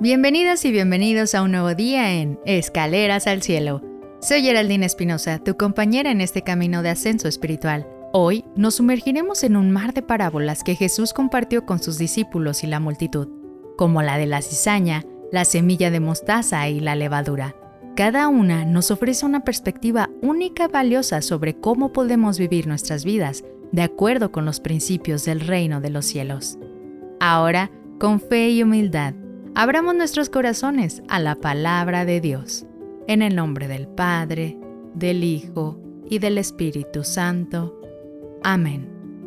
Bienvenidas y bienvenidos a un nuevo día en Escaleras al Cielo. Soy Geraldine Espinosa, tu compañera en este camino de ascenso espiritual. Hoy nos sumergiremos en un mar de parábolas que Jesús compartió con sus discípulos y la multitud, como la de la cizaña, la semilla de mostaza y la levadura. Cada una nos ofrece una perspectiva única y valiosa sobre cómo podemos vivir nuestras vidas de acuerdo con los principios del reino de los cielos. Ahora, con fe y humildad, abramos nuestros corazones a la palabra de Dios. En el nombre del Padre, del Hijo y del Espíritu Santo. Amén.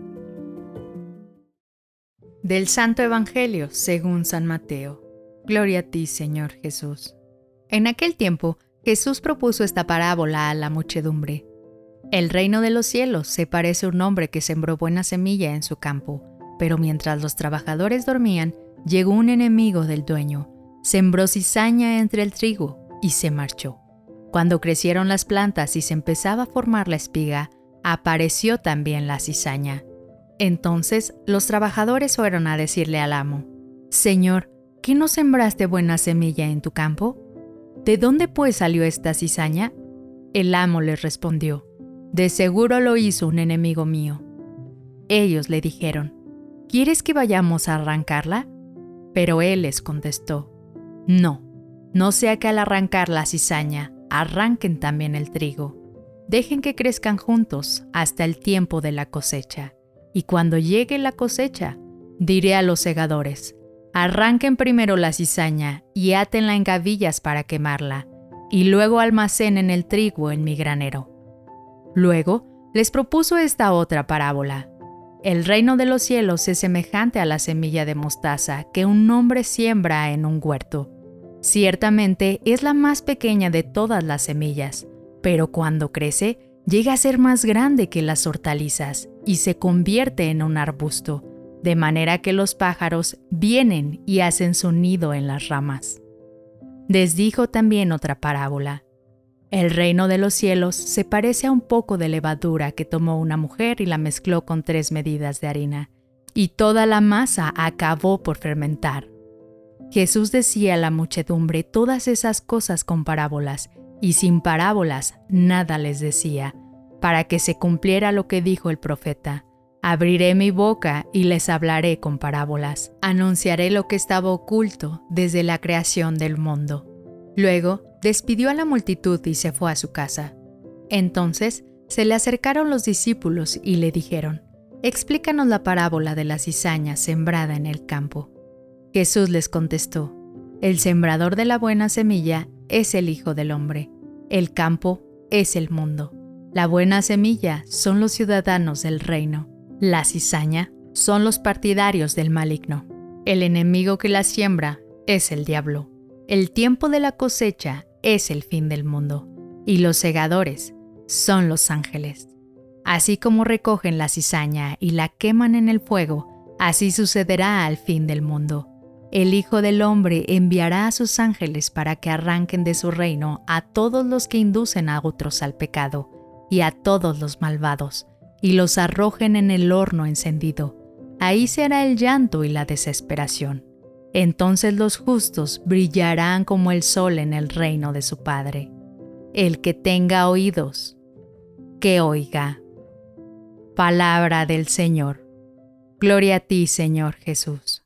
Del Santo Evangelio según San Mateo. Gloria a ti, Señor Jesús. En aquel tiempo, Jesús propuso esta parábola a la muchedumbre. El reino de los cielos se parece a un hombre que sembró buena semilla en su campo, pero mientras los trabajadores dormían, llegó un enemigo del dueño, sembró cizaña entre el trigo y se marchó. Cuando crecieron las plantas y se empezaba a formar la espiga, apareció también la cizaña. Entonces los trabajadores fueron a decirle al amo: «Señor, ¿qué no sembraste buena semilla en tu campo? ¿De dónde pues salió esta cizaña?» El amo les respondió: «De seguro lo hizo un enemigo mío». Ellos le dijeron: «¿Quieres que vayamos a arrancarla?» Pero él les contestó: No sea que al arrancar la cizaña, arranquen también el trigo. Dejen que crezcan juntos hasta el tiempo de la cosecha. Y cuando llegue la cosecha, diré a los segadores: arranquen primero la cizaña y átenla en gavillas para quemarla, y luego almacenen el trigo en mi granero. Luego les propuso esta otra parábola. El reino de los cielos es semejante a la semilla de mostaza que un hombre siembra en un huerto. Ciertamente es la más pequeña de todas las semillas, pero cuando crece, llega a ser más grande que las hortalizas y se convierte en un arbusto, de manera que los pájaros vienen y hacen su nido en las ramas. Les dijo también otra parábola. El reino de los cielos se parece a un poco de levadura que tomó una mujer y la mezcló con 3 medidas de harina, y toda la masa acabó por fermentar. Jesús decía a la muchedumbre todas esas cosas con parábolas, y sin parábolas nada les decía, para que se cumpliera lo que dijo el profeta: abriré mi boca y les hablaré con parábolas, anunciaré lo que estaba oculto desde la creación del mundo. Luego despidió a la multitud y se fue a su casa. Entonces se le acercaron los discípulos y le dijeron: «Explícanos la parábola de la cizaña sembrada en el campo». Jesús les contestó: «El sembrador de la buena semilla es el Hijo del Hombre. El campo es el mundo. La buena semilla son los ciudadanos del reino. La cizaña son los partidarios del maligno. El enemigo que la siembra es el diablo. El tiempo de la cosecha es el fin del mundo, y los segadores son los ángeles. Así como recogen la cizaña y la queman en el fuego, así sucederá al fin del mundo. El Hijo del Hombre enviará a sus ángeles para que arranquen de su reino a todos los que inducen a otros al pecado, y a todos los malvados, y los arrojen en el horno encendido. Ahí será el llanto y la desesperación. Entonces los justos brillarán como el sol en el reino de su Padre. El que tenga oídos, que oiga». Palabra del Señor. Gloria a ti, Señor Jesús.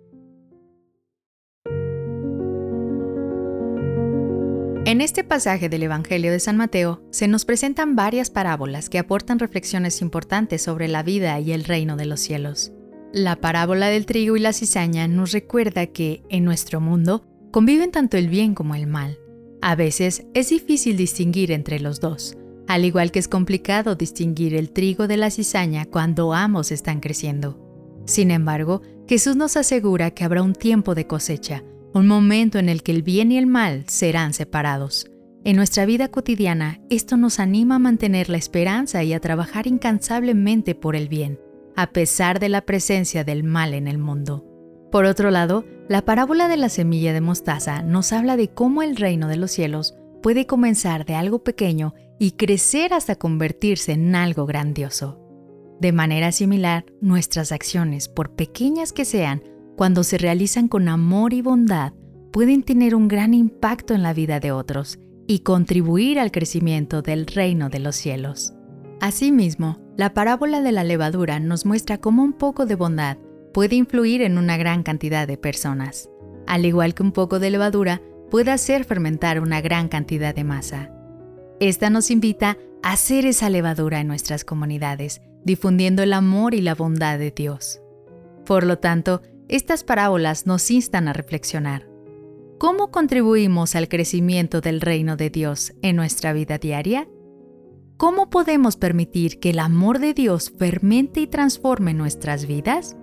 En este pasaje del Evangelio de San Mateo se nos presentan varias parábolas que aportan reflexiones importantes sobre la vida y el reino de los cielos. La parábola del trigo y la cizaña nos recuerda que, en nuestro mundo, conviven tanto el bien como el mal. A veces es difícil distinguir entre los dos, al igual que es complicado distinguir el trigo de la cizaña cuando ambos están creciendo. Sin embargo, Jesús nos asegura que habrá un tiempo de cosecha, un momento en el que el bien y el mal serán separados. En nuestra vida cotidiana, esto nos anima a mantener la esperanza y a trabajar incansablemente por el bien, a pesar de la presencia del mal en el mundo. Por otro lado, la parábola de la semilla de mostaza nos habla de cómo el reino de los cielos puede comenzar de algo pequeño y crecer hasta convertirse en algo grandioso. De manera similar, nuestras acciones, por pequeñas que sean, cuando se realizan con amor y bondad, pueden tener un gran impacto en la vida de otros y contribuir al crecimiento del reino de los cielos. Asimismo, la parábola de la levadura nos muestra cómo un poco de bondad puede influir en una gran cantidad de personas, al igual que un poco de levadura puede hacer fermentar una gran cantidad de masa. Esta nos invita a hacer esa levadura en nuestras comunidades, difundiendo el amor y la bondad de Dios. Por lo tanto, estas parábolas nos instan a reflexionar. ¿Cómo contribuimos al crecimiento del reino de Dios en nuestra vida diaria? ¿Cómo podemos permitir que el amor de Dios fermente y transforme nuestras vidas?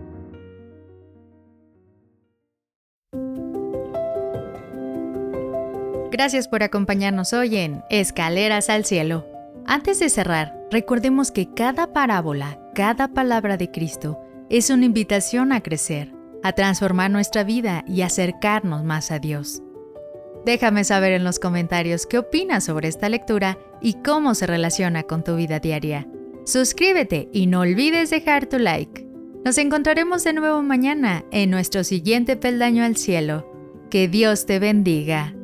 Gracias por acompañarnos hoy en Escaleras al Cielo. Antes de cerrar, recordemos que cada parábola, cada palabra de Cristo, es una invitación a crecer, a transformar nuestra vida y acercarnos más a Dios. Déjame saber en los comentarios qué opinas sobre esta lectura y cómo se relaciona con tu vida diaria. Suscríbete y no olvides dejar tu like. Nos encontraremos de nuevo mañana en nuestro siguiente peldaño al cielo. Que Dios te bendiga.